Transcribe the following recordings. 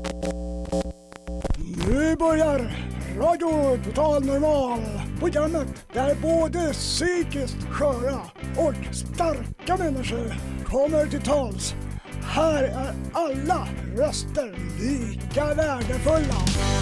Nu börjar Radio Total Normal. Programmet där både psykiskt sköra och starka människor kommer till tals. Här är alla röster lika värdefulla.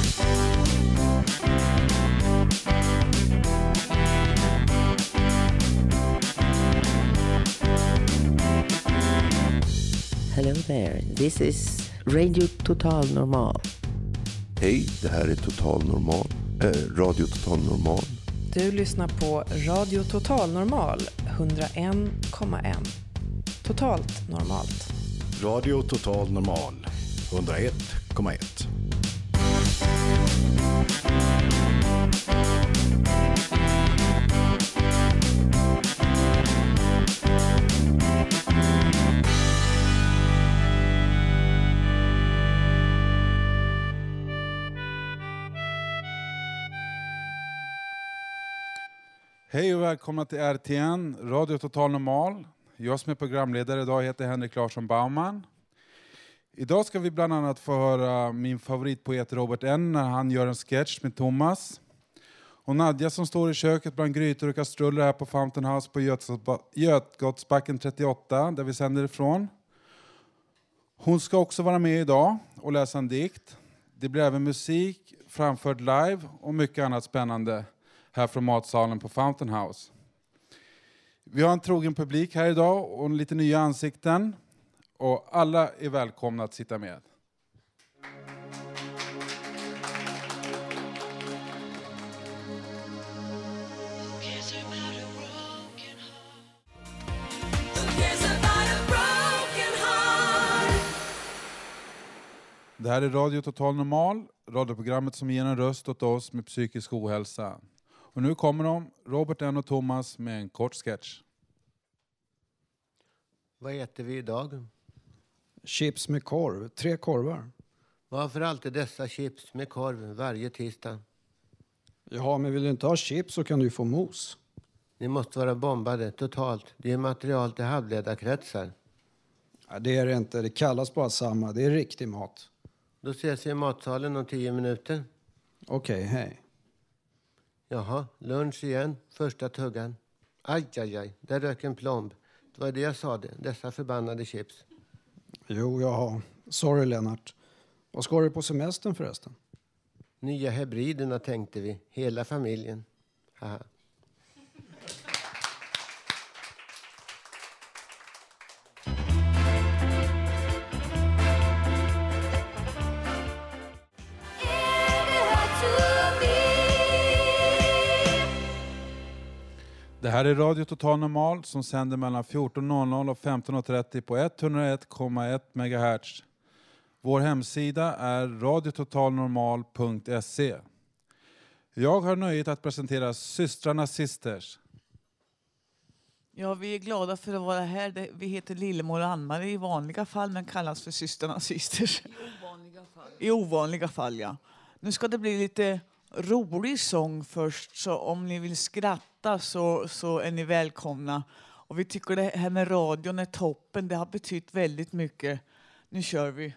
Hello there, this is Radio Total Normal. Hej, det här är Total Normal. Radio Total Normal. Du lyssnar på Radio Total Normal 101,1. Totalt normalt. Radio Total Normal 101,1. Hej och välkomna till RTN, Radio Total Normal. Jag som är programledare idag heter Henrik Larsson Baumann. Idag ska vi bland annat få höra min favoritpoet Robert N. när han gör en sketch med Thomas. Och Nadja som står i köket bland grytor och kastruller här på Fountain House på Götgatsbacken 38 där vi sänder ifrån. Hon ska också vara med idag och läsa en dikt. Det blir även musik, framförd live och mycket annat spännande här från matsalen på Fountain House. Vi har en trogen publik här idag och lite nya ansikten. Och alla är välkomna att sitta med. Det här är Radio Total Normal, radioprogrammet som ger en röst åt oss med psykisk ohälsa. Och nu kommer de, Robert N och Thomas, med en kort sketch. Vad äter vi idag? Chips med korv, 3 korvar. Varför alltid dessa chips med korv varje tisdag? Ja, men vill du inte ha chips så kan du få mos. Ni måste vara bombade totalt. Det är material till halvledarkretsar. Ja, det är det inte, det kallas bara samma, det är riktig mat. Då ses vi i matsalen om 10 minuter. Okej, hej. Jaha, lunch igen, första tuggan. Aj, där rök en plomb. Det var det jag sa, dessa förbannade chips. Jo, jaha. Sorry Lennart. Vad ska du på semestern förresten? Nya hybriderna tänkte vi, hela familjen. Haha. Det här är Radio Total Normal som sänder mellan 14.00 och 15.30 på 101,1 MHz. Vår hemsida är radiototalnormal.se. Jag har nöjet att presentera Systrarna Sisters. Ja, vi är glada för att vara här. Vi heter Lillemor och Ann-Marie i vanliga fall men kallas för Systrarna Sisters. I ovanliga fall, ja. Nu ska det bli lite rolig sång först, så om ni vill skratta så är ni välkomna. Och vi tycker det här med radion är toppen, det har betytt väldigt mycket. Nu kör vi.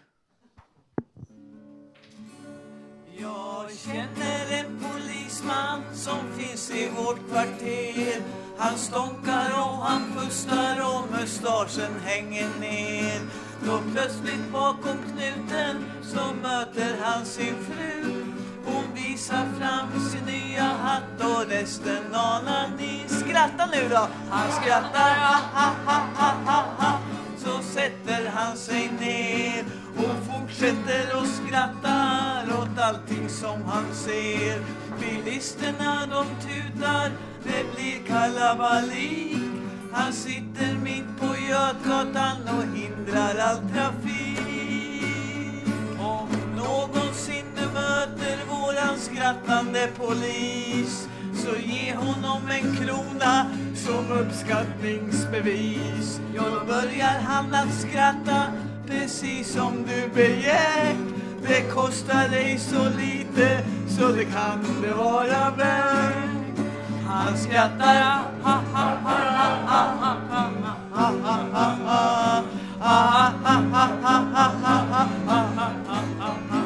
Jag känner en polisman som finns i vårt kvarter. Han stånkar och han pustar och mustaschen hänger ner. Då plötsligt bakom knuten så möter han sin fru. Hon visar fram sin nya hatt och resten anar ni. Skratta nu då! Han skrattar, ha ha ha ha ha. Så sätter han sig ner och fortsätter att skratta åt allting som han ser. Bilisterna de tutar, det blir kalabalik. Han sitter mitt på Götgatan och hindrar all trafik. Om någonsin du möter våran skrattande polis, så ge honom en krona som uppskattningsbevis. Ja, då börjar han att skratta precis som du begärt. Det kostar dig så lite så det kan det vara värt. Han skrattar ha ha ha ha ha ha ha ha ha ha ha ha ha ha ha ha ha ha ha.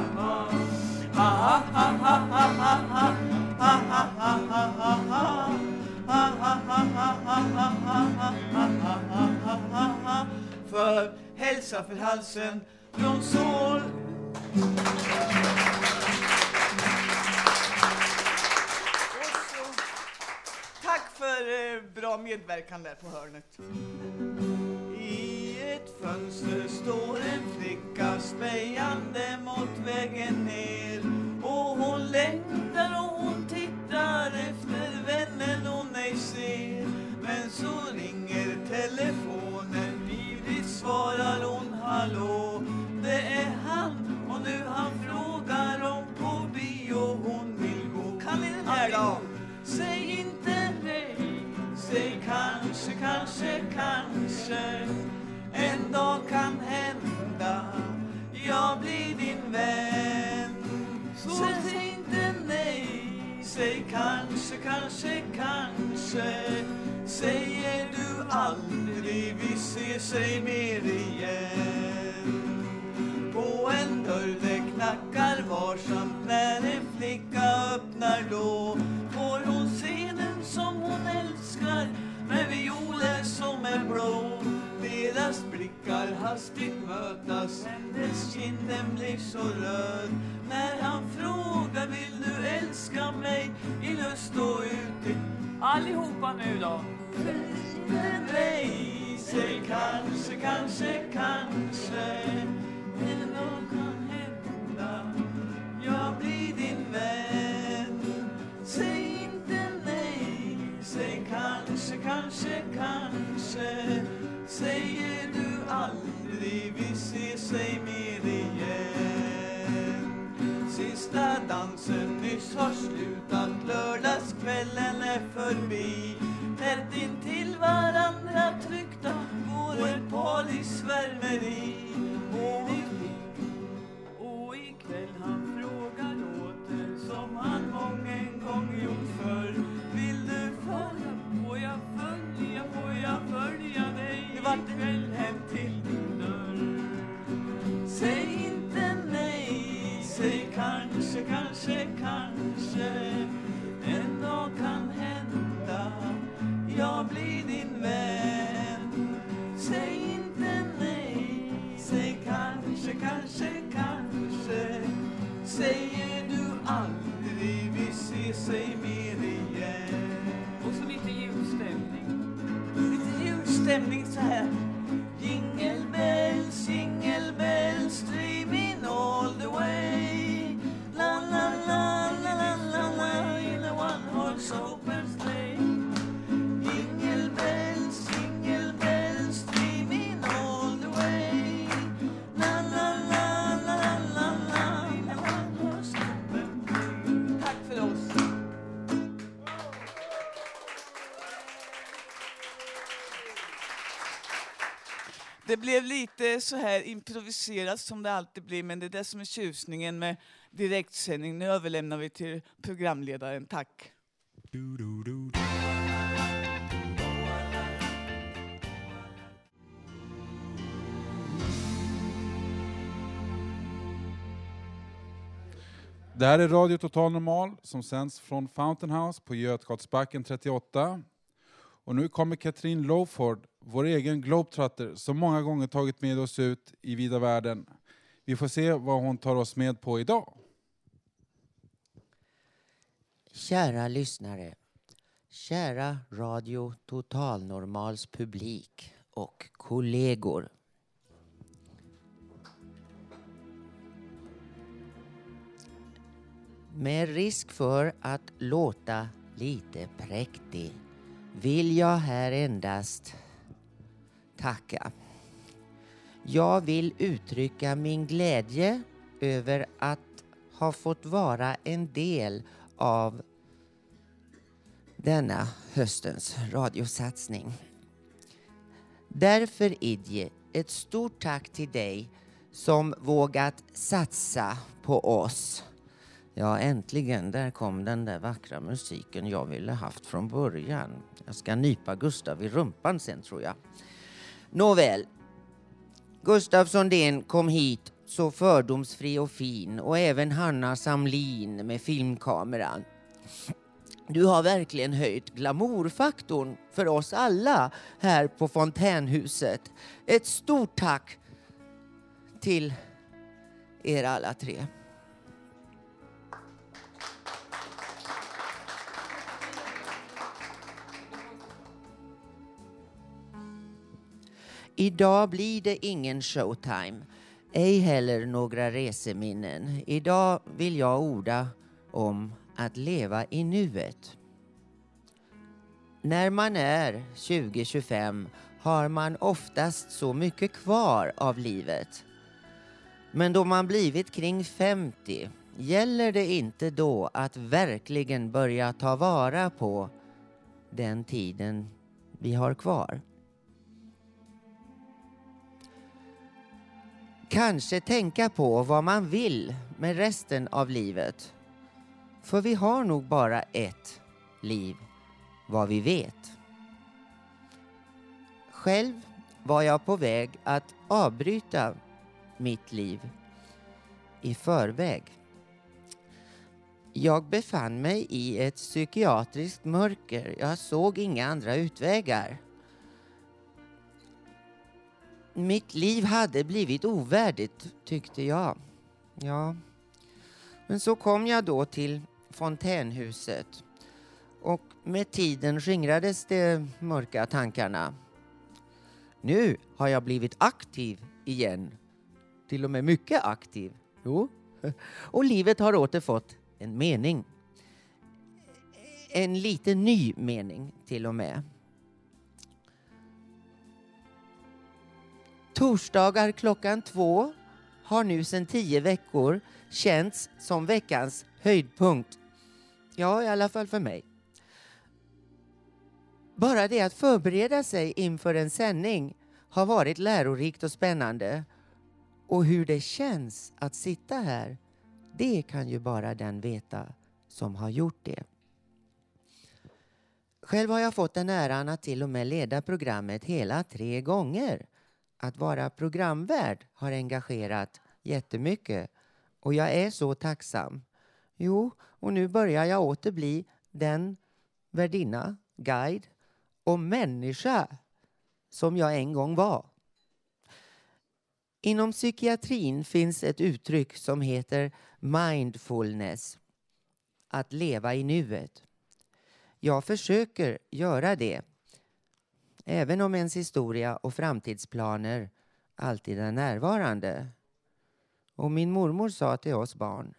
för hälsa för halsen från Sol. Tack för bra medverkan där på hörnet. I ett fönster står en flicka spejande mot vägen ner. Och hon längtar och hon tittar efter vännen hon ej ser. Men så ringer telefonen, ivrigt svarar hon hallå. Det är han och nu han frågar om på bio hon vill gå. Kan ni den här då? Säg inte nej, säg kanske, kanske, kanske. En dag kan hända, jag blir din vän. Så säg inte nej, säg kanske, kanske, kanske. Säger du aldrig vi ser sig mer igen. På en dörr det knackar varsamt när en flicka öppnar då. Får hon se den som hon älskar med violer som är blå. Deras blickar hastigt mötas, hennes kinden blir så röd. När han frågar vill du älska mig i lust och ute. Allihopa nu då. Nej, säg kanske, kanske, kanske. En dag kan hända, jag blir din vän. Säg inte nej, säg kanske, kanske, kanske. Säger du aldrig vi ser sig mer igen. Sista dansen nyss har slutat, lördagskvällen är förbi. Tätt in till varandra tryckta går ett par i svärmeri. Och ikväll han frågar åter som han mången gång gjort förr. Vill du följa, får jag följa dig ikväll hem till din dörr. Säg inte nej, säg kanske, kanske, kanske. En dag kan hända, jag blir din vän. Säg inte nej, säg kanske, kanske, kanske. Säger du aldrig vi ser sig mer igen. Och så lite julstämning. Lite julstämning så här. Jingle bells, streaming all the way. La la la la la la la in a one horse open sleigh. Jingle bells, streaming all the way. La la la la la la in a one horse open sleigh. Tack för oss. Det blev lite så här improviserat som det alltid blir, men det är det som är tjusningen med direktsändning. Nu överlämnar vi till programledaren. Tack. Det här är Radio Total Normal som sänds från Fountain House på Götgatsbacken 38. Och nu kommer Katrin Lowford, vår egen globetrotter, som många gånger tagit med oss ut i vida världen. Vi får se vad hon tar oss med på idag. Kära lyssnare, kära Radio Total Normals publik och kollegor. Med risk för att låta lite präktig vill jag här endast tacka. Jag vill uttrycka min glädje över att ha fått vara en del av denna höstens radiosatsning. Därför Idje, ett stort tack till dig som vågat satsa på oss. Ja, äntligen, där kom den där vackra musiken jag ville haft från början. Jag ska nypa Gustav i rumpan sen, tror jag. Nåväl, Gustav Sondén kom hit så fördomsfri och fin, och även Hanna Samlin med filmkameran. Du har verkligen höjt glamourfaktorn för oss alla här på Fontänhuset. Ett stort tack till er alla tre. Idag blir det ingen showtime, ej heller några reseminnen. Idag vill jag orda om att leva i nuet. När man är 20-25 har man oftast så mycket kvar av livet. Men då man blivit kring 50 gäller det inte då att verkligen börja ta vara på den tiden vi har kvar. Kanske tänka på vad man vill med resten av livet. För vi har nog bara ett liv, vad vi vet. Själv var jag på väg att avbryta mitt liv i förväg. Jag befann mig i ett psykiatriskt mörker. Jag såg inga andra utvägar. Mitt liv hade blivit ovärdigt, tyckte jag. Ja. Men så kom jag då till Fontänhuset. Och med tiden skingrades de mörka tankarna. Nu har jag blivit aktiv igen. Till och med mycket aktiv. Jo. Och livet har återfått en mening. En lite ny mening till och med. Torsdagar klockan 2 har nu sedan 10 veckor känts som veckans höjdpunkt. Ja, i alla fall för mig. Bara det att förbereda sig inför en sändning har varit lärorikt och spännande. Och hur det känns att sitta här, det kan ju bara den veta som har gjort det. Själv har jag fått den äran att till och med leda programmet hela 3 gånger. Att vara programvärd har engagerat jättemycket och jag är så tacksam. Jo, och nu börjar jag åter bli den värdinna, guide och människa som jag en gång var. Inom psykiatrin finns ett uttryck som heter mindfulness, att leva i nuet. Jag försöker göra det. Även om ens historia och framtidsplaner alltid är närvarande. Och min mormor sa till oss barn: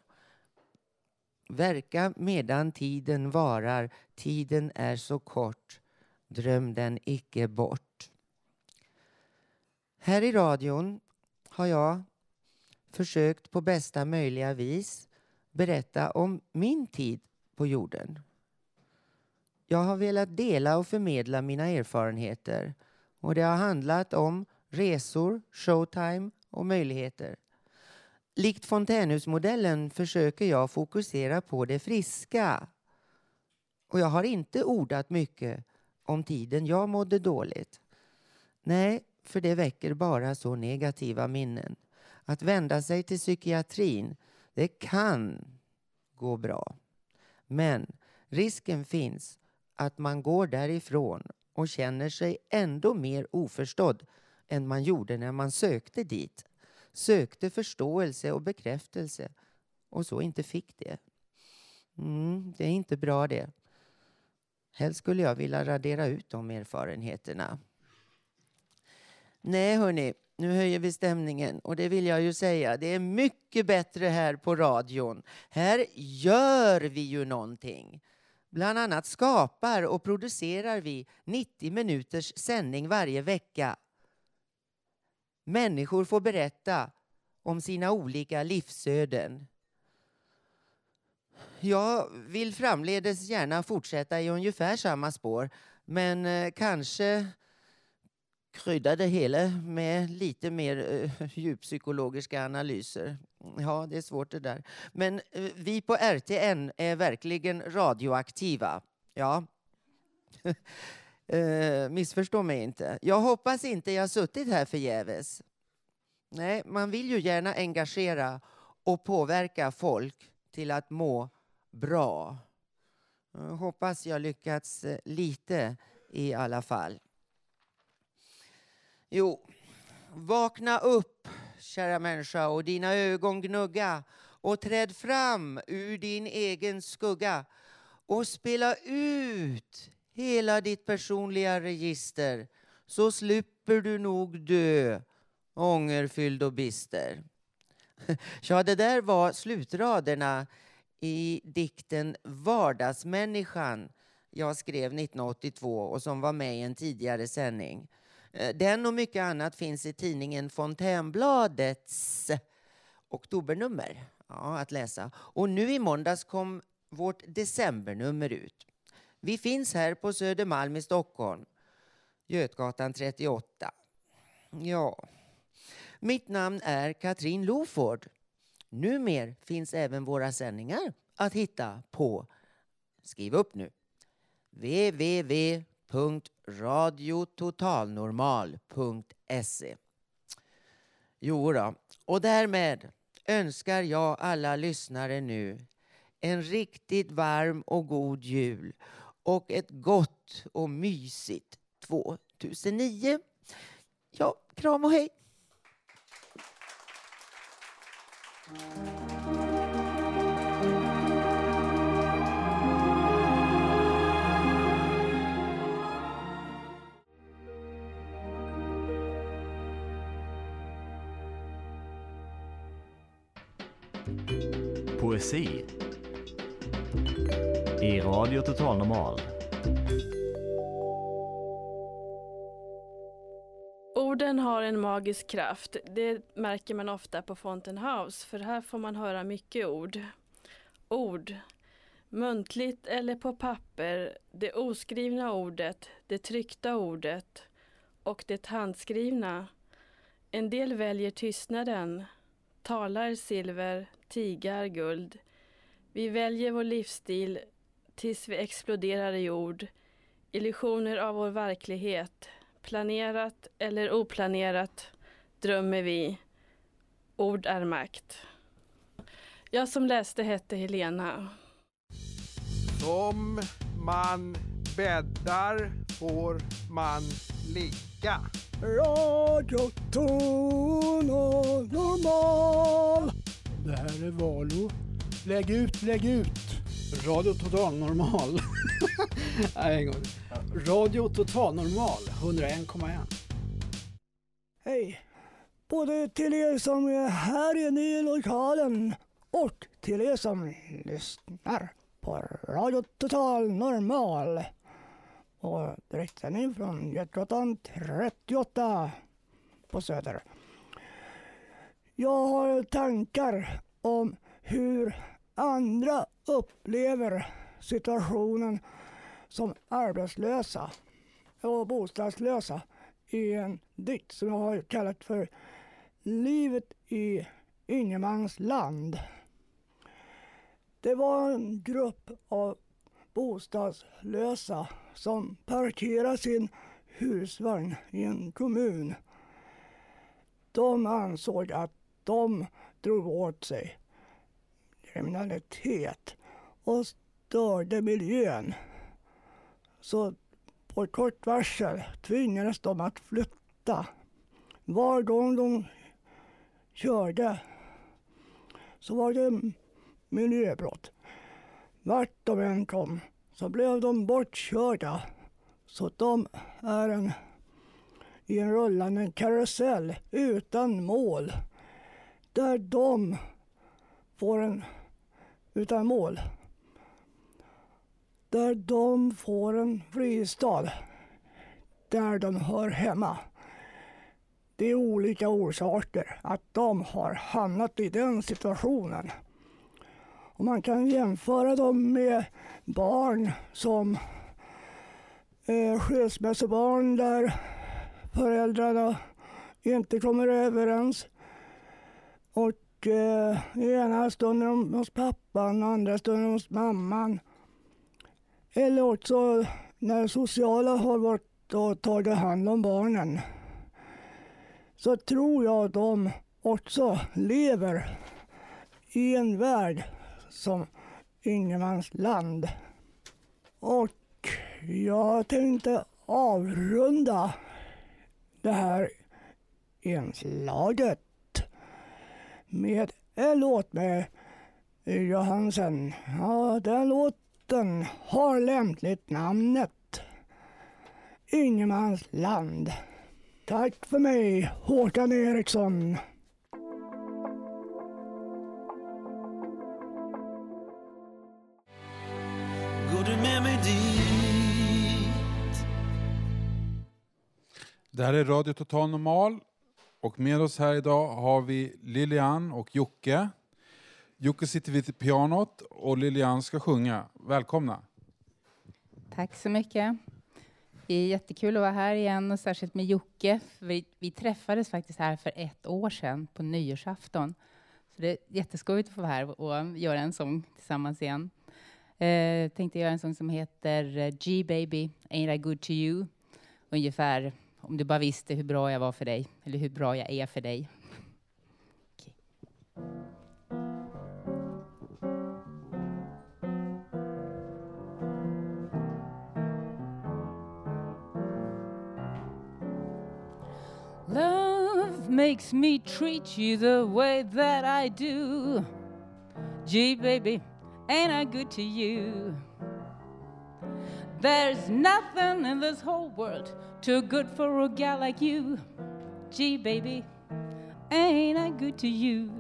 verka medan tiden varar, tiden är så kort, dröm den icke bort. Här i radion har jag försökt på bästa möjliga vis berätta om min tid på jorden. Jag har velat dela och förmedla mina erfarenheter och det har handlat om resor, showtime och möjligheter. Likt Fontänhusmodellen försöker jag fokusera på det friska. Och jag har inte ordat mycket om tiden jag mådde dåligt. Nej, för det väcker bara så negativa minnen. Att vända sig till psykiatrin, det kan gå bra. Men risken finns att man går därifrån och känner sig ändå mer oförstådd än man gjorde när man sökte dit. Sökte förståelse och bekräftelse och så inte fick det. Det är inte bra det. Helst skulle jag vilja radera ut de erfarenheterna. Nej hörni, nu höjer vi stämningen och det vill jag ju säga. Det är mycket bättre här på radion. Här gör vi ju någonting. Bland annat skapar och producerar vi 90 minuters sändning varje vecka. Människor får berätta om sina olika livsöden. Jag vill framledes gärna fortsätta i ungefär samma spår, men kanske krydda det hela med lite mer djuppsykologiska analyser. Ja, det är svårt det där. Men vi på RTN är verkligen radioaktiva. Ja. Missförstå mig inte. Jag hoppas inte jag suttit här förgäves. Nej, man vill ju gärna engagera och påverka folk till att må bra. Hoppas jag lyckats lite i alla fall. Jo, vakna upp, kära människa, och dina ögon gnugga och träd fram ur din egen skugga och spela ut hela ditt personliga register, så slipper du nog dö ångerfylld och bister. Ja, det där var slutraderna i dikten Vardagsmänniskan jag skrev 1982 och som var med i en tidigare sändning. Den och mycket annat finns i tidningen Fontänbladets oktobernummer att läsa. Och nu i måndags kom vårt decembernummer ut. Vi finns här på Södermalm i Stockholm, Götgatan 38. Ja, mitt namn är Katrin Loford. Numer finns även våra sändningar att hitta på, skriv upp nu, www.radiototalnormal.se. Jo då, och därmed önskar jag alla lyssnare nu en riktigt varm och god jul och ett gott och mysigt 2009. Ja, kram och hej! Poesi i Radio Total Normal. Orden har en magisk kraft. Det märker man ofta på Fountain House, för här får man höra mycket ord. Ord, muntligt eller på papper, det oskrivna ordet, det tryckta ordet och det handskrivna. En del väljer tystnaden, talar silver, tigar guld. Vi väljer vår livsstil tills vi exploderar i ord. Illusioner av vår verklighet. Planerat eller oplanerat drömmer vi. Ord är makt. Jag som läste hette Helena. Som man bäddar får man ligga. Radio Totalnormal. Det här är Valo. Lägg ut, lägg ut. Radio Totalnormal. Nej, en gång. Radio Totalnormal 101,1. Hej. Både till er som är här inne i lokalen och till er som lyssnar på Radio Totalnormal. Och direktsändning från Götgatan 38 på Söder. Jag har tankar om hur andra upplever situationen som arbetslösa och bostadslösa i en dikt som jag har kallat för Livet i ingemans land. Det var en grupp av bostadslösa som parkerade sin husvagn i en kommun. De ansåg att de drog åt sig kriminalitet och störde miljön. Så på kort varsel tvingades de att flytta. Var gång de körde så var det miljöbrott. Vart de än kom så blev de bortkörda. Så de är i en rullande karusell utan mål. Där de får utan mål. Där de får en fristad. Där de hör hemma. Det är olika orsaker att de har hamnat i den situationen. Och man kan jämföra dem med barn som skilsmässobarn där föräldrarna inte kommer överens. Och ena stunden hos pappan, andra stunden hos mamman. Eller också när sociala har varit och tagit hand om barnen. Så tror jag att de också lever i en värld som ingemans land. Och jag tänkte avrunda det här inslaget med en låt med Johansen. Ja, den låten har lämpligt namnet Ingenmansland. Tack för mig, Håkan Eriksson. Går du med mig dit? Det här är Radio Total Normal och med oss här idag har vi Lilian och Jocke. Jocke sitter vid pianot och Lilian ska sjunga. Välkomna. Tack så mycket. Det är jättekul att vara här igen och särskilt med Jocke. Vi träffades faktiskt här för 1 år sedan på nyårsafton. Så det är jätteskojigt att få vara här och göra en sång tillsammans igen. Tänkte göra en sång som heter G-Baby, Ain't I Good To You. Ungefär om du bara visste hur bra jag var för dig. Eller hur bra jag är för dig. Okay. Love makes me treat you the way that I do. G-Baby, ain't I good to you? There's nothing in this whole world too good for a gal like you. Gee, baby, ain't I good to you?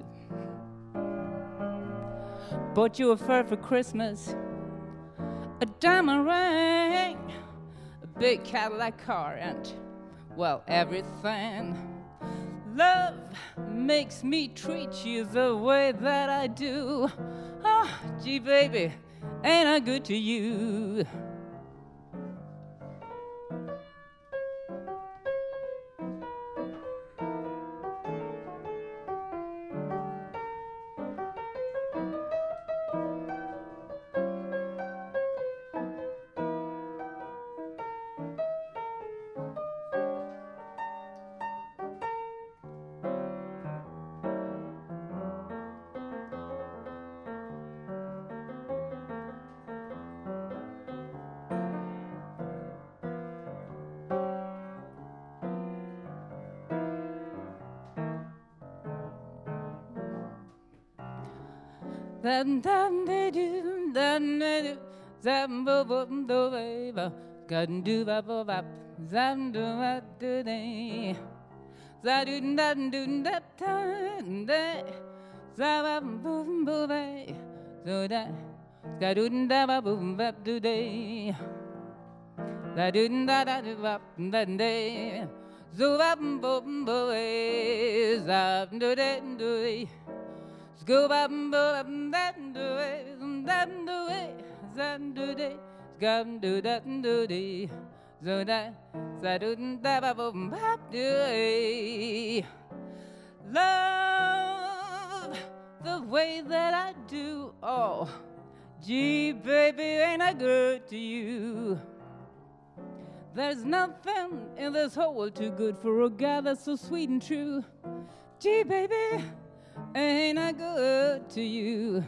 Bought you a fur for Christmas, a diamond ring, a big Cadillac car, and, well, everything. Love makes me treat you the way that I do. Oh, gee, baby, ain't I good to you? Dun dun de dun dun de dun zambo bum do va gun do va bo va zam do va do de za dun dun dun da dun de za va bum bo va so da ga dun da va bum va do de za dun da da va dun de zo va bum bo va za do de do de go bam bam bam do it bam do it zam do it gum do that do it so that za do da ba bam bam do it love the way that I do. Oh, gee, baby, ain't I good to you? There's nothing in this whole world too good for a guy that's so sweet and true. Gee, baby, ain't I good to you?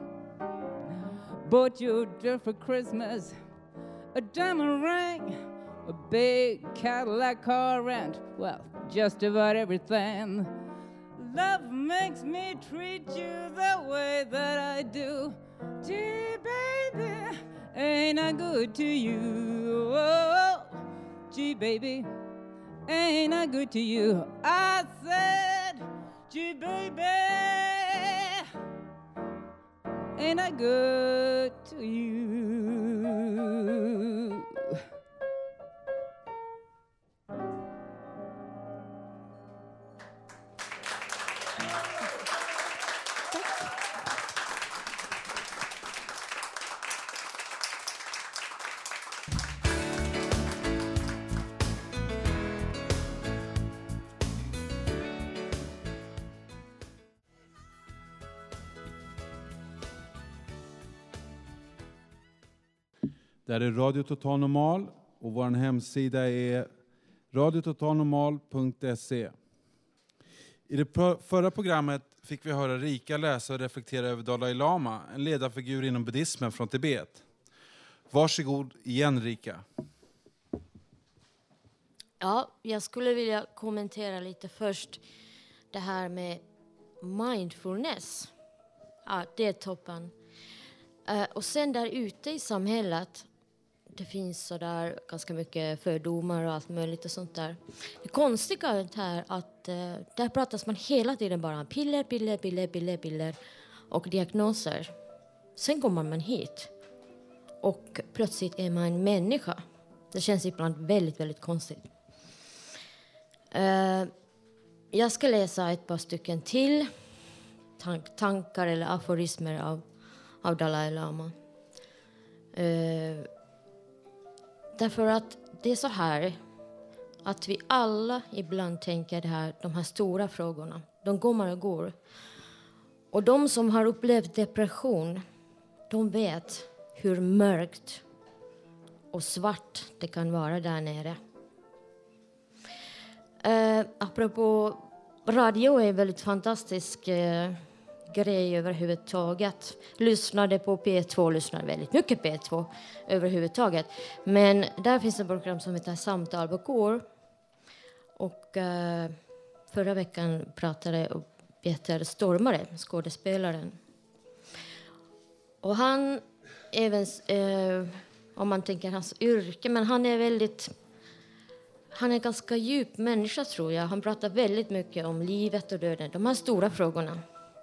Bought you a dress for Christmas, a diamond ring, a big Cadillac car, and, well, just about everything. Love makes me treat you the way that I do. Gee, baby, ain't I good to you? Oh, gee, baby, ain't I good to you? I said, gee, baby, ain't I good to you? Där är Radio Total Normal och vår hemsida är radiototalnormal.se. I det förra programmet fick vi höra Rika läsa och reflektera över Dalai Lama, en ledarfigur inom buddhismen från Tibet. Varsågod igen, Rika. Ja, jag skulle vilja kommentera lite först det här med mindfulness. Ja, det är toppen. Och sen där ute i samhället, det finns så där ganska mycket fördomar och allt möjligt och sånt där. Det konstiga är här att där pratas man hela tiden bara om piller och diagnoser. Sen kommer man hit och plötsligt är man en människa. Det känns ibland väldigt, väldigt konstigt. Jag ska läsa ett par stycken till tankar eller aforismer av Dalai Lama. Därför att det är så här att vi alla ibland tänker de här stora frågorna. De kommer och går. Och de som har upplevt depression, de vet hur mörkt och svart det kan vara där nere. Apropå radio är en väldigt fantastisk grej överhuvudtaget. Lyssnade på P2, lyssnade väldigt mycket P2 överhuvudtaget. Men där finns ett program som heter Samtal på kår. Och förra veckan pratade Peter Stormare, skådespelaren. Och han, även om man tänker hans yrke, men han är ganska djup människa, tror jag. Han pratar väldigt mycket om livet och döden, de här stora frågorna.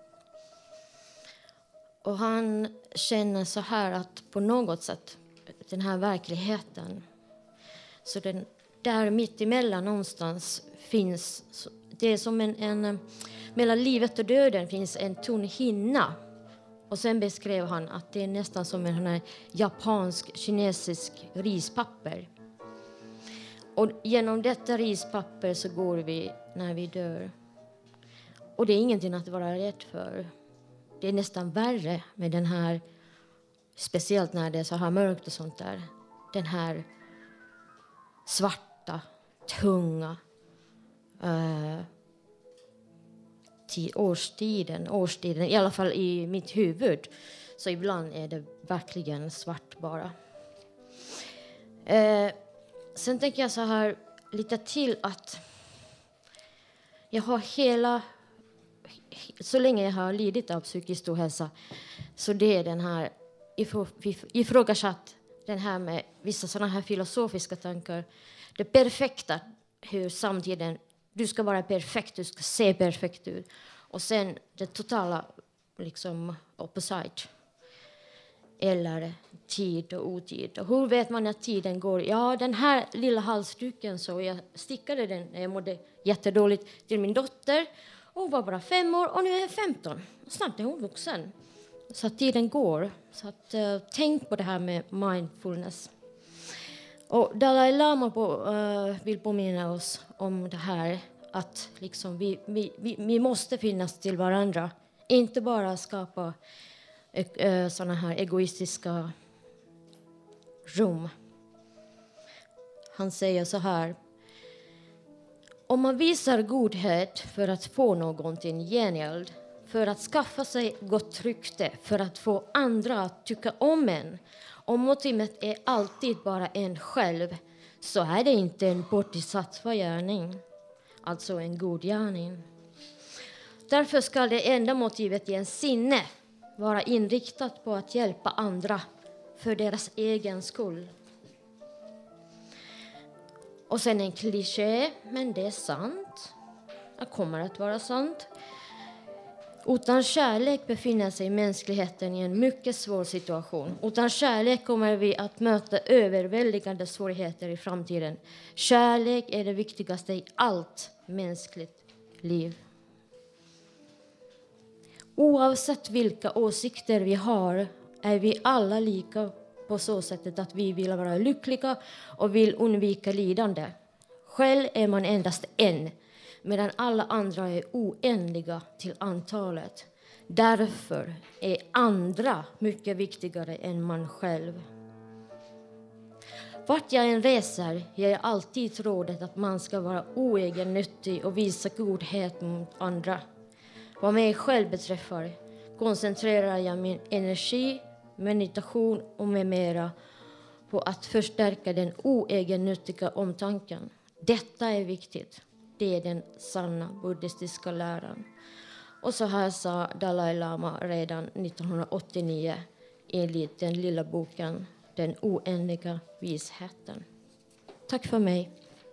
Och han känner så här att på något sätt, den här verkligheten, så den där mitt emellan någonstans finns, det är som en mellan livet och döden finns en tunn hinna. Och sen beskrev han att det är nästan som en här japansk-kinesisk rispapper. Och genom detta rispapper så går vi när vi dör. Och det är ingenting att vara rädd för. Det är nästan värre med den här, speciellt när det är så här mörkt och sånt där. Den här svarta, tunga årstiden, i alla fall i mitt huvud. Så ibland är det verkligen svart bara. Sen tänker jag så här lite till att jag har så länge jag har lidit av psykisk ohälsa, så det är den här ifrågasatt, den här med vissa sådana här filosofiska tankar. Det perfekta, hur samtiden, du ska vara perfekt, du ska se perfekt ut. Och sen det totala liksom opposite. Eller tid och otid. Och hur vet man att tiden går? Ja, den här lilla halsduken, så jag stickade den när jag mådde jättedåligt till min dotter. Hon var bara 5 år och nu är jag 15. Snart är hon vuxen. Så att tiden går. Så att, tänk på det här med mindfulness. Och Dalai Lama vill påminna oss om det här. Att liksom vi måste finnas till varandra. Inte bara skapa såna här egoistiska rum. Han säger så här: om man visar godhet för att få någonting i gengäld, för att skaffa sig gott rykte, för att få andra att tycka om en, om motivet är alltid bara en själv, så är det inte en bodhisattva gärning, alltså en god gärning. Därför ska det enda motivet i en sinne vara inriktat på att hjälpa andra för deras egen skull. Och sen en kliché, men det är sant. Det kommer att vara sant. Utan kärlek befinner sig mänskligheten i en mycket svår situation. Utan kärlek kommer vi att möta överväldigande svårigheter i framtiden. Kärlek är det viktigaste i allt mänskligt liv. Oavsett vilka åsikter vi har är vi alla lika på så sättet att vi vill vara lyckliga och vill undvika lidande. Själv är man endast en, medan alla andra är oändliga till antalet. Därför är andra mycket viktigare än man själv. Vart jag än reser ger jag alltid rådet att man ska vara oegennyttig och visa godhet mot andra. Vad mig själv beträffar koncentrerar jag min energi, meditation och med mera på att förstärka den oegennyttiga omtanken. Detta är viktigt. Det är den sanna buddhistiska läran. Och så här sa Dalai Lama redan 1989 enligt den lilla boken Den oändliga visheten. Tack för mig.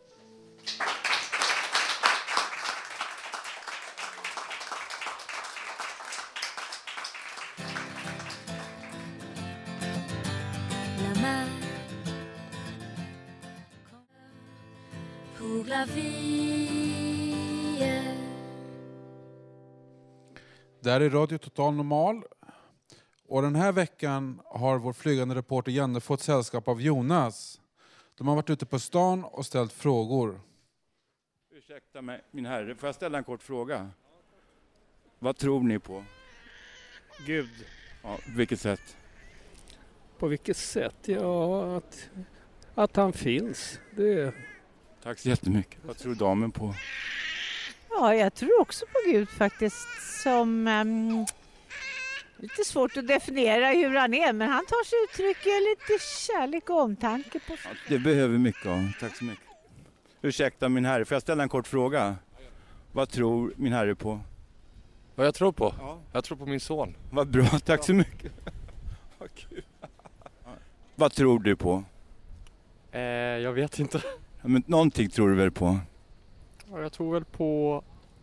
Där är Radio Total Normal. Och den här veckan har vår flygande reporter Janne fått sällskap av Jonas. De har varit ute på stan och ställt frågor. Ursäkta mig, min herre. Får jag ställa en kort fråga? Vad tror ni på? Gud. Ja, vilket sätt? På vilket sätt? Ja, att han finns. Det... Tack så jättemycket. Vad tror damen på? Ja, jag tror också på Gud faktiskt. Som lite svårt att definiera hur han är. Men han tar sig uttrycker lite kärlek och omtanke på. Ja, det behöver mycket av. Tack så mycket. Ursäkta min herre, får jag ställa en kort fråga? Vad tror min herre på? Vad jag tror på? Ja. Jag tror på min son. Vad bra, tack så mycket. Vad kul. Vad tror du på? Jag vet inte. Ja, men någonting tror du väl på? Ja, jag tror väl på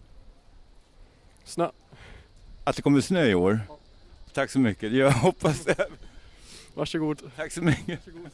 snö. Att det kommer snö i år? Ja. Tack så mycket, jag hoppas det. Varsågod. Tack så mycket. Varsågod.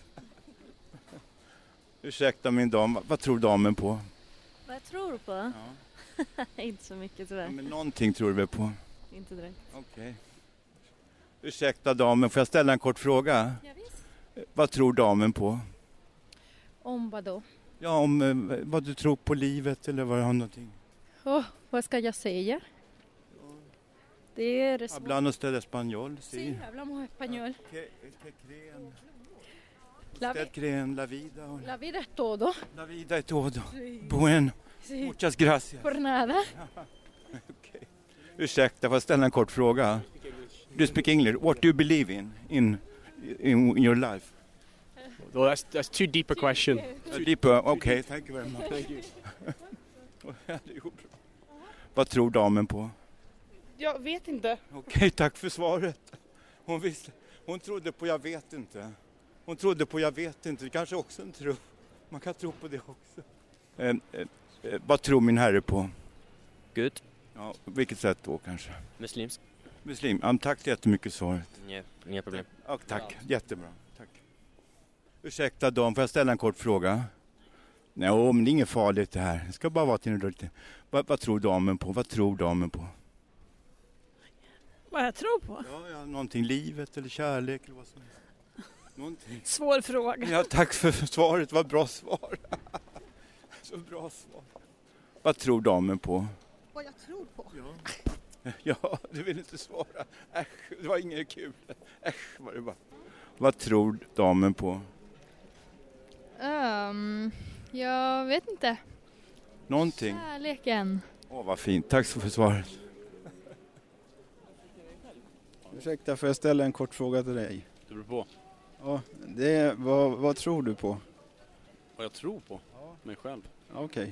Ursäkta min dam, vad tror damen på? Vad jag tror på? Ja. Inte så mycket tyvärr. Ja, men någonting tror du väl på? Inte direkt. Okej. Ursäkta damen, får jag ställa en kort fråga? Ja, visst. Vad tror damen på? Om vad då? Ja, om vad du tror på livet eller vad har någonting. Vad ska jag säga? Det är det svårt. Hablamos de español, sí. Hablamos español. ¿Qué creen? Usted creen la vida? La vida es todo. La vida es todo. Sí. Bueno. Sí. Muchas gracias. Por nada. Okay. Ursäkta, får jag ställa en kort fråga? Do you speak English? What do you believe in your life? Well, that's too deep a question. Deeper, okay, thank you very much. Thank you. Vad tror damen på? Jag vet inte. Okej, tack för svaret. Hon trodde på jag vet inte. Hon trodde på jag vet inte. Det kanske också en tro. Man kan tro på det också. Vad tror min herre på? Gud. Ja, vilket sätt då kanske? Muslimsk. Muslim. Tack så jättemycket svaret. Nej, inga problem. Ja, tack, jättebra. Tack. Ursäkta Dan, får jag ställa en kort fråga? Nej, men det är inget farligt det här. Det ska bara vara till en lite. Vad tror damen på? Vad tror damen på? Vad jag tror på? Ja, någonting livet eller kärlek eller vad som helst. Någonting. Svår fråga. Ja, tack för svaret. Vad bra svar. Så bra svar. Vad tror damen på? Vad jag tror på? Ja, du vill inte svara. Det var inget kul. Var det bara. Vad tror damen på? Jag vet inte. Någonting. Kärleken. Vad fint. Tack så för svaret. Ursäkta, får jag ställa en kort fråga till dig? Tror du på? Ja, vad tror du på? Vad jag tror på? Ja. Mig själv. Okej.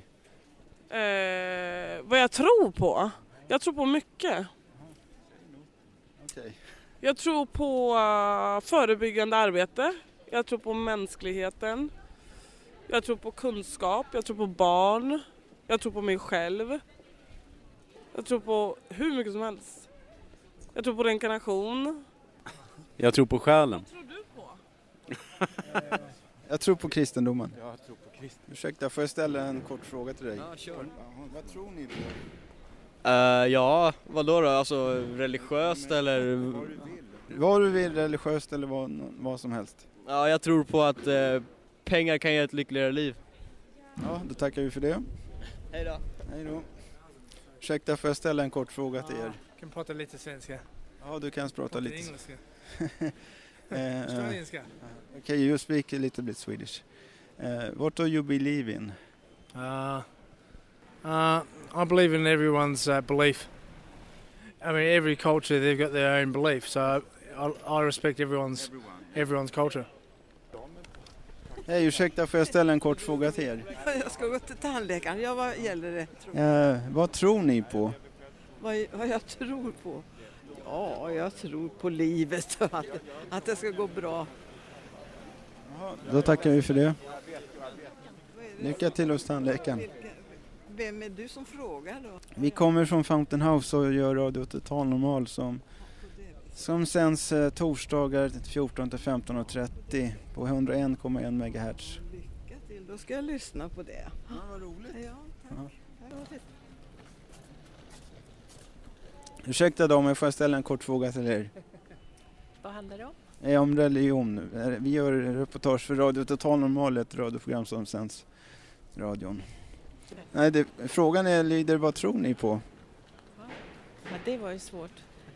Vad jag tror på? Jag tror på mycket. Okej. Jag tror på förebyggande arbete. Jag tror på mänskligheten. Jag tror på kunskap. Jag tror på barn. Jag tror på mig själv. Jag tror på hur mycket som helst. Jag tror på reinkarnation. Jag tror på själen. Vad tror du på? Jag tror på kristendomen. Jag tror på kristendomen. Ursäkta, får jag ställa en kort fråga till dig? Ja, kör. Vad tror ni på? Ja, vadå då? Alltså religiöst eller? Vad du vill, religiöst eller vad som helst. Ja, jag tror på att pengar kan ge ett lyckligare liv. Ja, då tackar vi för det. Hej då. Hej då. Ursäkta, får jag ställa en kort fråga till er? Jag kan prata lite svenska. Ja, du kan prata lite engelska. Förstår engelska? Okay, you speak a little bit Swedish. What do you believe in? I believe in everyone's belief. I mean, every culture, they've got their own belief. So I respect everyone's culture. Hej, ursäkta, får jag ställa en kort fråga till er? Jag ska gå till tandläkaren. Ja, vad gäller det? Vad tror ni på? Vad jag tror på? Ja, jag tror på livet och att det ska gå bra. Då tackar vi för det. Lycka till hos tandläkaren. Vem är du som frågar då? Vi kommer från Fountain House och gör Radio Total Normal som sänds torsdagar 14-15:30 på 101,1 MHz. Lycka till, då ska jag lyssna på det. Ja, vad roligt. Ja, tack. Ja. Ursäkta då, men får jag ställa en kort fråga till er? Vad handlar det om? Om religion. Vi gör reportage för Radio Total Normal, ett radioprogram som sänds i radion. Nej, frågan lyder, vad tror ni på? Ja, det var ju svårt.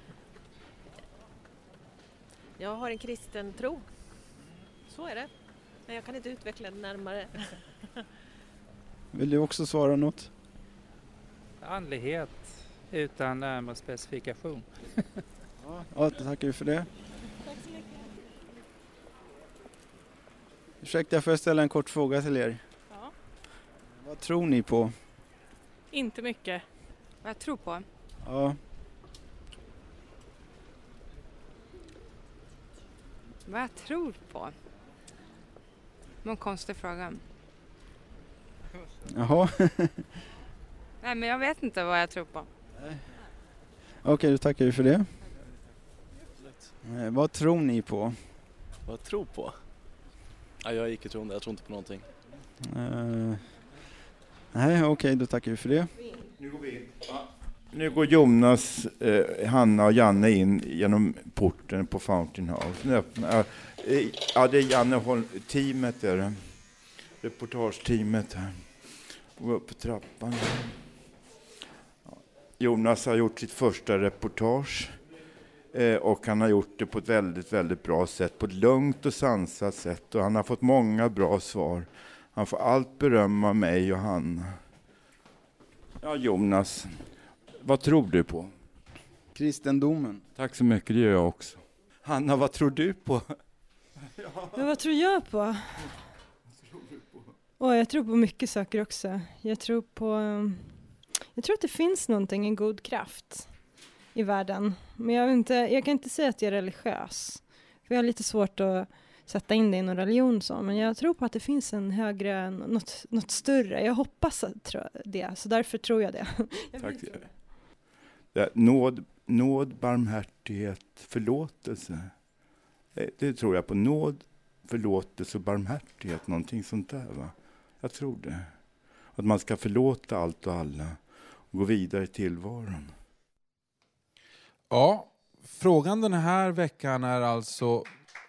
Jag har en kristen tro. Så är det. Men jag kan inte utveckla det närmare. Vill du också svara något? Andlighet utan närmare specifikation. Ja, tackar vi för det. Tack så mycket. Ursäkta, får jag ställa en kort fråga till er? Ja. Vad tror ni på? Inte mycket. Vad jag tror på? Ja. Vad jag tror på? Någon konstig fråga. Jaha. Nej, men jag vet inte vad jag tror på. Okej, då tackar vi för det. Vad tror ni på? Vad jag tror på? Ja, jag är icke-troende, jag tror inte på någonting. Nej, okej, då tackar vi för det. Nu går vi in. Nu går Jonas, Hanna och Janne in genom porten på Fountain House. Nu öppnar, ja, det är Janne, teamet är det. Reportageteamet här. Går upp på trappan. Jonas har gjort sitt första reportage. Och han har gjort det på ett väldigt, väldigt bra sätt. På ett lugnt och sansat sätt. Och han har fått många bra svar. Han får allt beröm av mig och Hanna. Ja, Jonas. Vad tror du på? Kristendomen. Tack så mycket, det gör jag också. Hanna, vad tror du på? Men vad tror jag på? Jag tror på mycket saker också. Jag tror att det finns någonting, en god kraft i världen. Men jag kan inte säga att jag är religiös. För jag har lite svårt att sätta in det i någon religion så. Men jag tror på att det finns en högre, något större. Jag hoppas det, så därför tror jag det. Tack. Nåd, barmhärtighet, förlåtelse. Det tror jag på. Nåd, förlåtelse och barmhärtighet. Någonting sånt där, va? Jag tror det. Att man ska förlåta allt och alla. Och gå vidare i tillvaron. Ja, frågan den här veckan är alltså...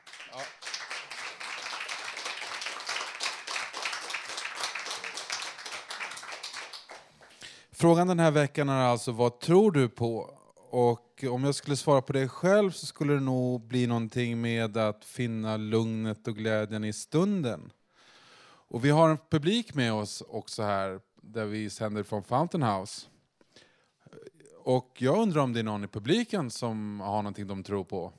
Frågan den här veckan är alltså, vad tror du på? Och om jag skulle svara på det själv så skulle det nog bli någonting med att finna lugnet och glädjen i stunden. Och vi har en publik med oss också här där vi sänder från Fountain House. Och jag undrar om det är någon i publiken som har någonting de tror på.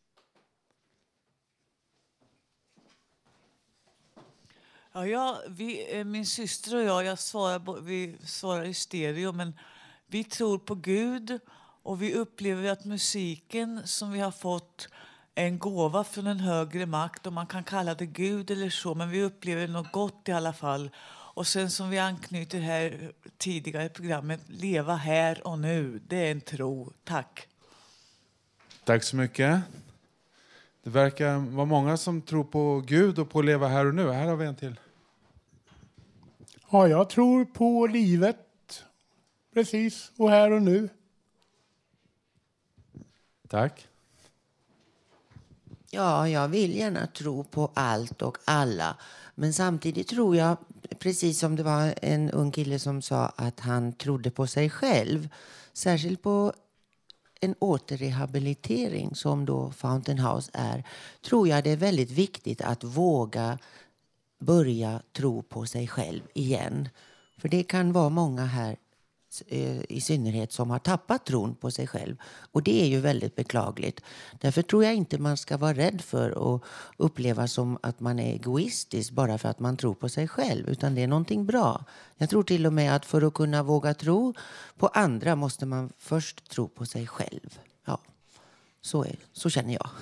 Ja, min syster och vi svarar i stereo, men vi tror på Gud och vi upplever att musiken som vi har fått är en gåva från en högre makt, och man kan kalla det Gud eller så, men vi upplever något gott i alla fall. Och sen som vi anknyter här tidigare i programmet, leva här och nu, det är en tro. Tack. Tack så mycket. Det verkar vara många som tror på Gud och på att leva här och nu. Här har vi en till. Ja, jag tror på livet. Precis, och här och nu. Tack. Ja, jag vill gärna tro på allt och alla. Men samtidigt tror jag, precis som det var en ung kille som sa att han trodde på sig själv. Särskilt på en återrehabilitering som då Fountain House är. Tror jag det är väldigt viktigt att våga börja tro på sig själv igen. För det kan vara många här i synnerhet som har tappat tron på sig själv. Och det är ju väldigt beklagligt. Därför tror jag inte man ska vara rädd för att uppleva som att man är egoistisk bara för att man tror på sig själv. Utan det är någonting bra. Jag tror till och med att för att kunna våga tro på andra måste man först tro på sig själv. Ja, så känner jag.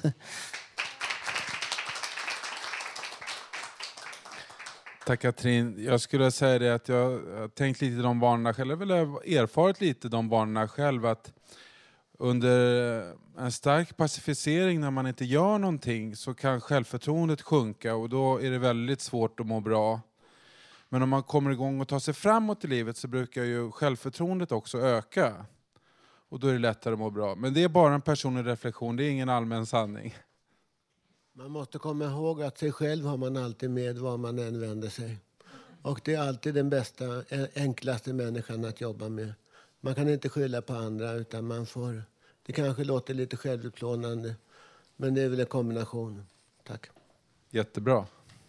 Tack Katrin. Jag skulle säga det att jag har tänkt lite de banorna själv, eller erfarit lite de banorna själv, att under en stark pacificering när man inte gör någonting så kan självförtroendet sjunka och då är det väldigt svårt att må bra. Men om man kommer igång och tar sig framåt i livet så brukar ju självförtroendet också öka. Och då är det lättare att må bra. Men det är bara en personlig reflektion, det är ingen allmän sanning. Man måste komma ihåg att sig själv har man alltid med var man än vänder sig. Och det är alltid den bästa, enklaste människan att jobba med. Man kan inte skylla på andra utan man får... Det kanske låter lite självutplånande, men det är väl en kombination. Tack. Jättebra.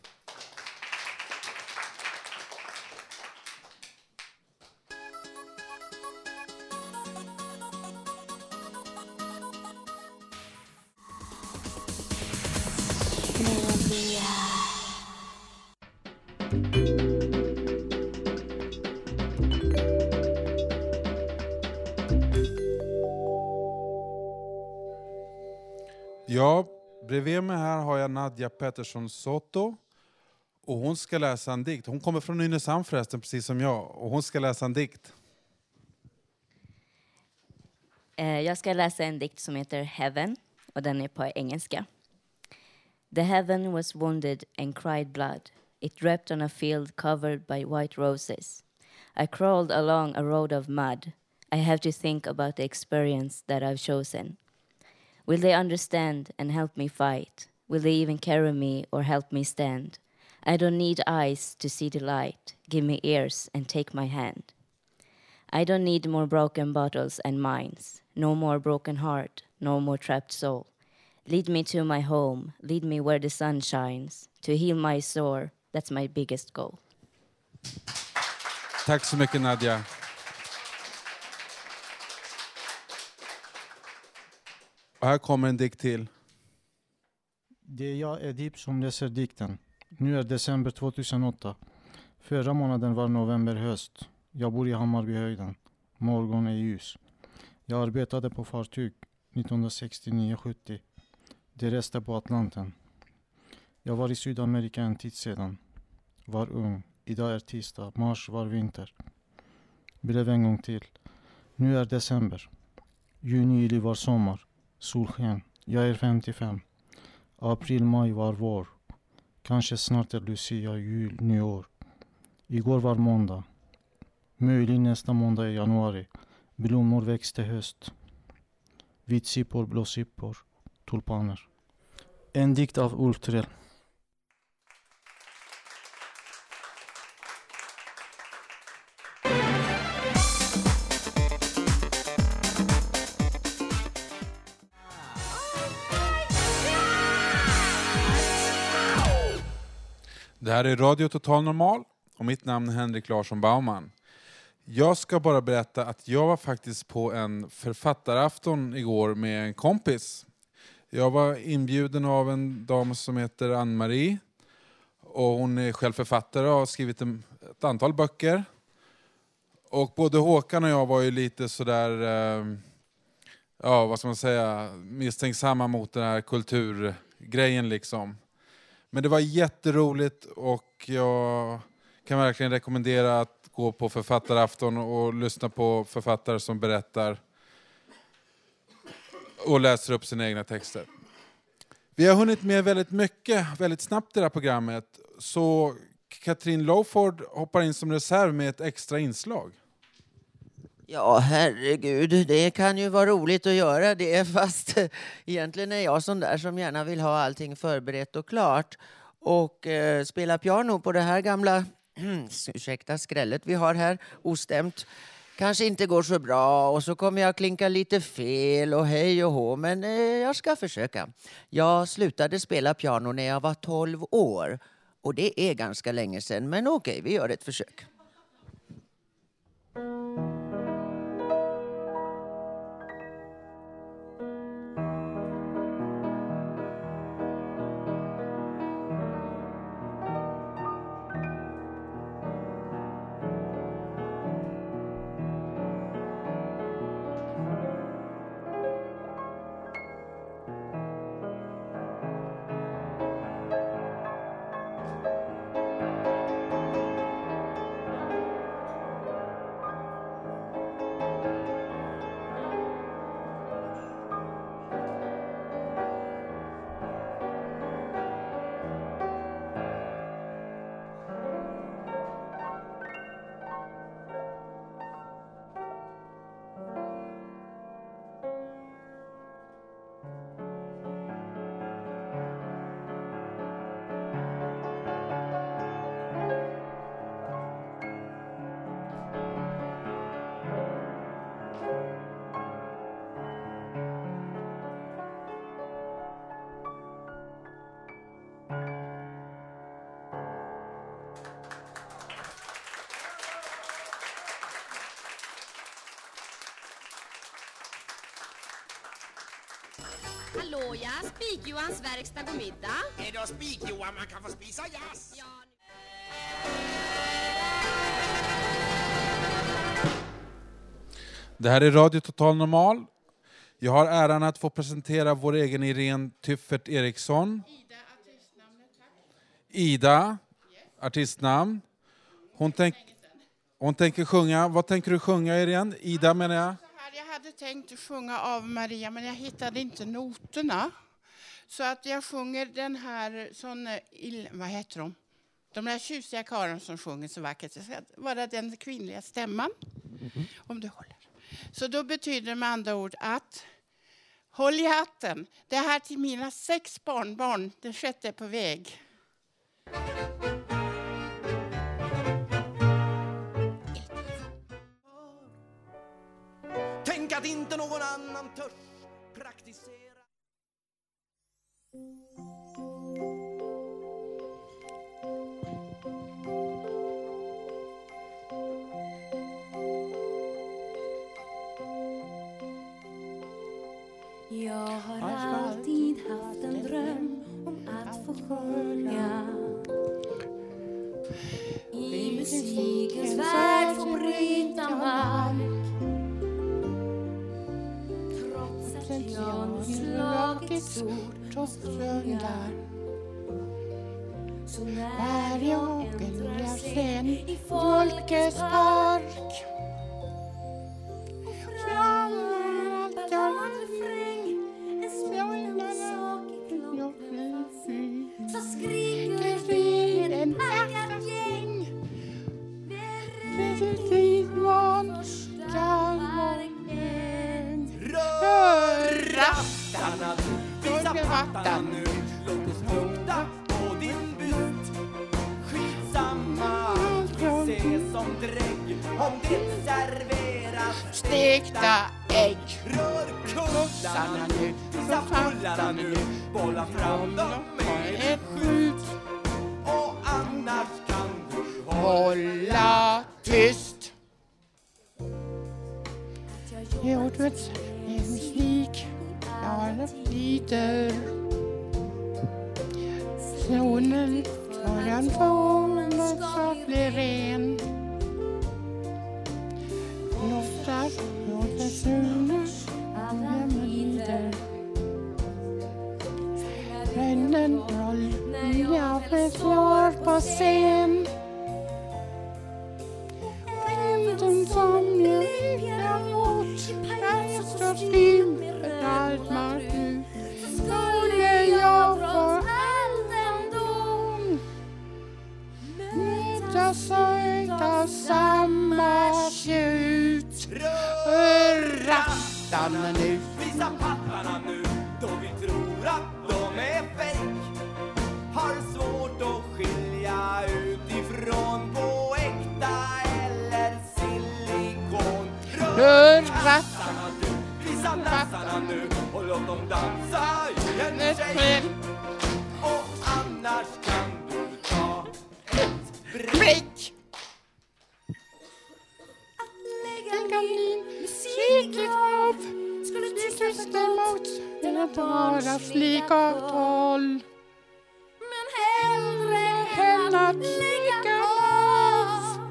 Ja, bredvid mig här har jag Nadja Pettersson Soto. Och hon ska läsa en dikt. Hon kommer från Nynäshamn förresten, precis som jag. Och hon ska läsa en dikt. Jag ska läsa en dikt som heter Heaven. Och den är på engelska. The heaven was wounded and cried blood. It drept on a field covered by white roses. I crawled along a road of mud. I have to think about the experience that I've chosen. Will they understand and help me fight? Will they even carry me or help me stand? I don't need eyes to see the light. Give me ears and take my hand. I don't need more broken bottles and minds. No more broken heart, no more trapped soul. Lead me to my home. Lead me where the sun shines. To heal my sore, that's my biggest goal. Tack så mycket Nadja. Och här kommer en dikt till. Det är jag, Edip, som läser dikten. Nu är december 2008. Förra månaden var november höst. Jag bor i Hammarbyhöjden. Morgon är ljus. Jag arbetade på fartyg 1969-70. Det reste på Atlanten. Jag var i Sydamerika en tid sedan. Var ung. Idag är tisdag. Mars var vinter. Blev en gång till. Nu är december. Juni, juli var sommar. Solsken. Jag är 55. April, maj var vår. Kanske snart är Lucia, jul, nyår. Igår var måndag. Möjligen nästa måndag är januari. Blommor växte höst. Vitsippor, blåsippor, tulpaner. En dikt av Ulf Trell. Det här är Radio Total Normal och mitt namn är Henrik Larsson Baumann. Jag ska bara berätta att jag var faktiskt på en författarafton igår med en kompis. Jag var inbjuden av en dam som heter Ann-Marie. Och hon är själv författare och har skrivit ett antal böcker. Och både Håkan och jag var ju lite sådär, ja vad ska man säga, misstänksamma mot den här kulturgrejen liksom. Men det var jätteroligt och jag kan verkligen rekommendera att gå på författarafton och lyssna på författare som berättar och läser upp sina egna texter. Vi har hunnit med väldigt mycket, väldigt snabbt i det här programmet. Så Katrin Lowford hoppar in som reserv med ett extra inslag. Ja, herregud, det kan ju vara roligt att göra det, fast egentligen är jag sån där som gärna vill ha allting förberett och klart. Och spela piano på det här gamla, ursäkta skrället vi har här, ostämt, kanske inte går så bra och så kommer jag klinka lite fel och hej och hå, men jag ska försöka. Jag slutade spela piano när jag var 12 år och det är ganska länge sedan, men okej, vi gör ett försök. Hallå ja, Spik-Johans verkstad och middag. Är det Spik-Johan man kan få spisa jazz? Ja. Det här är Radio Total Normal. Jag har äran att få presentera vår egen Irene Tyffert Eriksson. Ida, artistnamn. Hon tänker sjunga. Vad tänker du sjunga, Irene? Ida menar jag. Jag hade tänkt sjunga av Maria, men jag hittade inte noterna. Så att jag sjunger den här, vad heter de? De där tjusiga karlarna som sjunger så vackert. Det ska vara den kvinnliga stämman, om du håller. Så då betyder det med andra ord att håll i hatten. Det här till mina 6 barnbarn. Det 6:e är på väg. Tänk att inte någon annan törs praktisera. Jag har alltid haft en dröm om att få sjunga i musikens värld, få bryta mark. Trots att jag nu slagit stort och strungar, så när jag ändrar sen i Folkets park så skriker vi en packad gäng. Rör rattarna, visa pattan nu. Låt oss punkta på din byst. Skitsamma, se som drägg om det serveras stekta ägg. Rör kussarna nu, visa pullarna nu. Bolla fram dem med ett skjut. Och annars kan du hålla tyst. Jordets musik, alla tider. Solen för en form så blir ren. Loftar låter solen alla bilder. Rännen roll när jag beslår på scen. Vinden som jag har gjort, jag står still med allt man nu. Skulle jag för allt ändå möta söta samma tjut. Rattarna nu, visa pattarna nu, då vi tror att de är fake. Har svårt att skilja utifrån på äkta eller silikon. Rör rattarna nu, visa nassarna nu och låt dem dansa i en tjej. Och annars kan du ta ett break. Lägga min musikgrupp skulle tysta emot än att vara flikavtal. Men hellre än att lägga av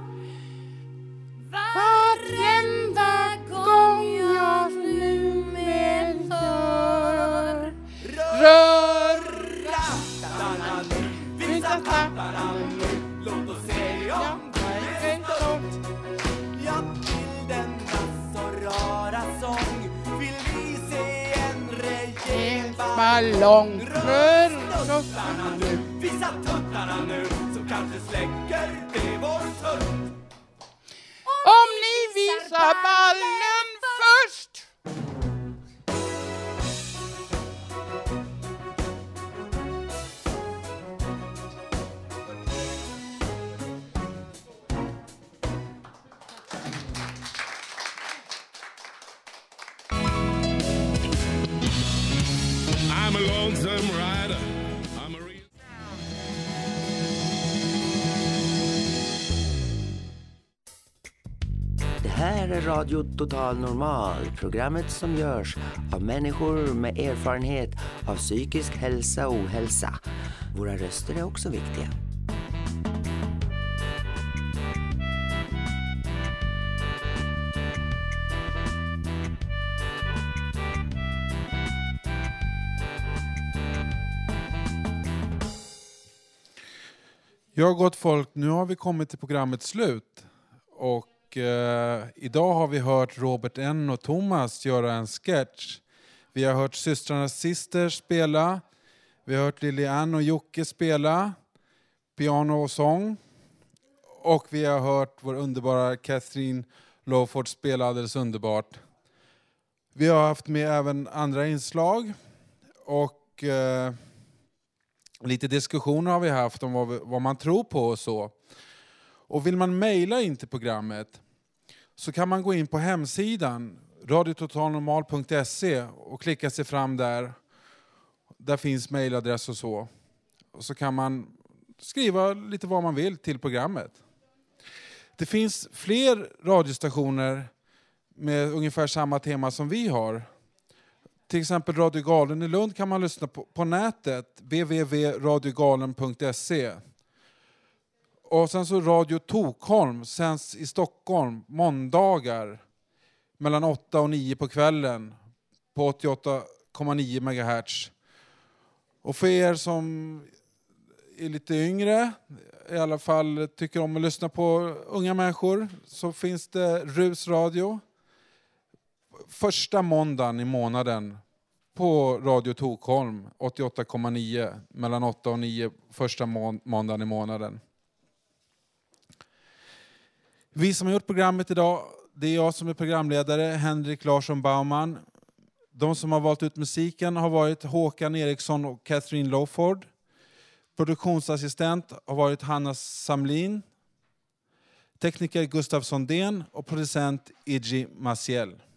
varenda gång jag nu medför. Rör rattarna nu, visa pattarna nu. Låt oss se om det är stort. Ja, till denna så rara sång vill vi se en rejäl ballong. Rör rattarna nu, visa tuttarna nu, så kanske släcker det vår tutt. Om ni visar ballen först. I'm a lonesome rider. I'm a real... Det här här är Radio Total Normal, programmet som görs av människor med erfarenhet av psykisk hälsa och ohälsa. Våra röster är också viktiga. Ja, gott folk, nu har vi kommit till programmets slut. Och idag har vi hört Robert N. och Thomas göra en sketch. Vi har hört systrarna Sisters spela. Vi har hört Lilian och Jocke spela piano och sång. Och vi har hört vår underbara Catherine Lawford spela alldeles underbart. Vi har haft med även andra inslag. Och lite diskussioner har vi haft om vad man tror på och så. Och vill man mejla in till programmet så kan man gå in på hemsidan radiototalnormal.se och klicka sig fram där. Där finns mejladress och så. Och så kan man skriva lite vad man vill till programmet. Det finns fler radiostationer med ungefär samma tema som vi har. Till exempel Radio Galen i Lund kan man lyssna på nätet. www.radiogalen.se. Och sen så Radio Tokholm sänds i Stockholm måndagar mellan 8 och 9 på kvällen på 88,9 MHz. Och för er som är lite yngre, i alla fall tycker om att lyssna på unga människor, så finns det Rusradio första måndagen i månaden på Radio Tokholm 88,9 mellan 8 och 9 första måndagen i månaden. Vi som har gjort programmet idag, det är jag som är programledare, Henrik Larsson Baumann. De som har valt ut musiken har varit Håkan Eriksson och Catherine Lawford. Produktionsassistent har varit Hanna Samlin. Tekniker Gustav Sondén och producent Iggy Maciel.